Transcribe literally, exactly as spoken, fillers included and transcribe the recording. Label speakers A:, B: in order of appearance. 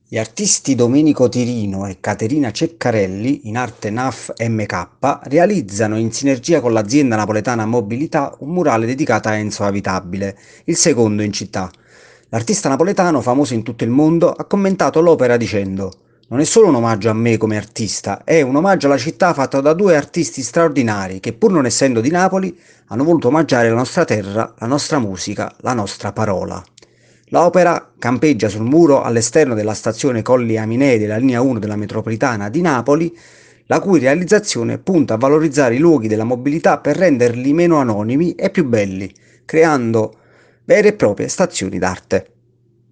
A: Gli artisti Domenico Tirino e Caterina Ceccarelli, in arte N A F M K, realizzano in sinergia con l'azienda napoletana Mobilità un murale dedicato a Enzo Avitabile, il secondo in città. L'artista napoletano, famoso in tutto il mondo, ha commentato l'opera dicendo: "Non è solo un omaggio a me come artista, è un omaggio alla città fatto da due artisti straordinari che, pur non essendo di Napoli, hanno voluto omaggiare la nostra terra, la nostra musica, la nostra parola". L'opera campeggia sul muro all'esterno della stazione Colli Aminei della linea uno della metropolitana di Napoli, la cui realizzazione punta a valorizzare i luoghi della mobilità per renderli meno anonimi e più belli, creando vere e proprie stazioni d'arte.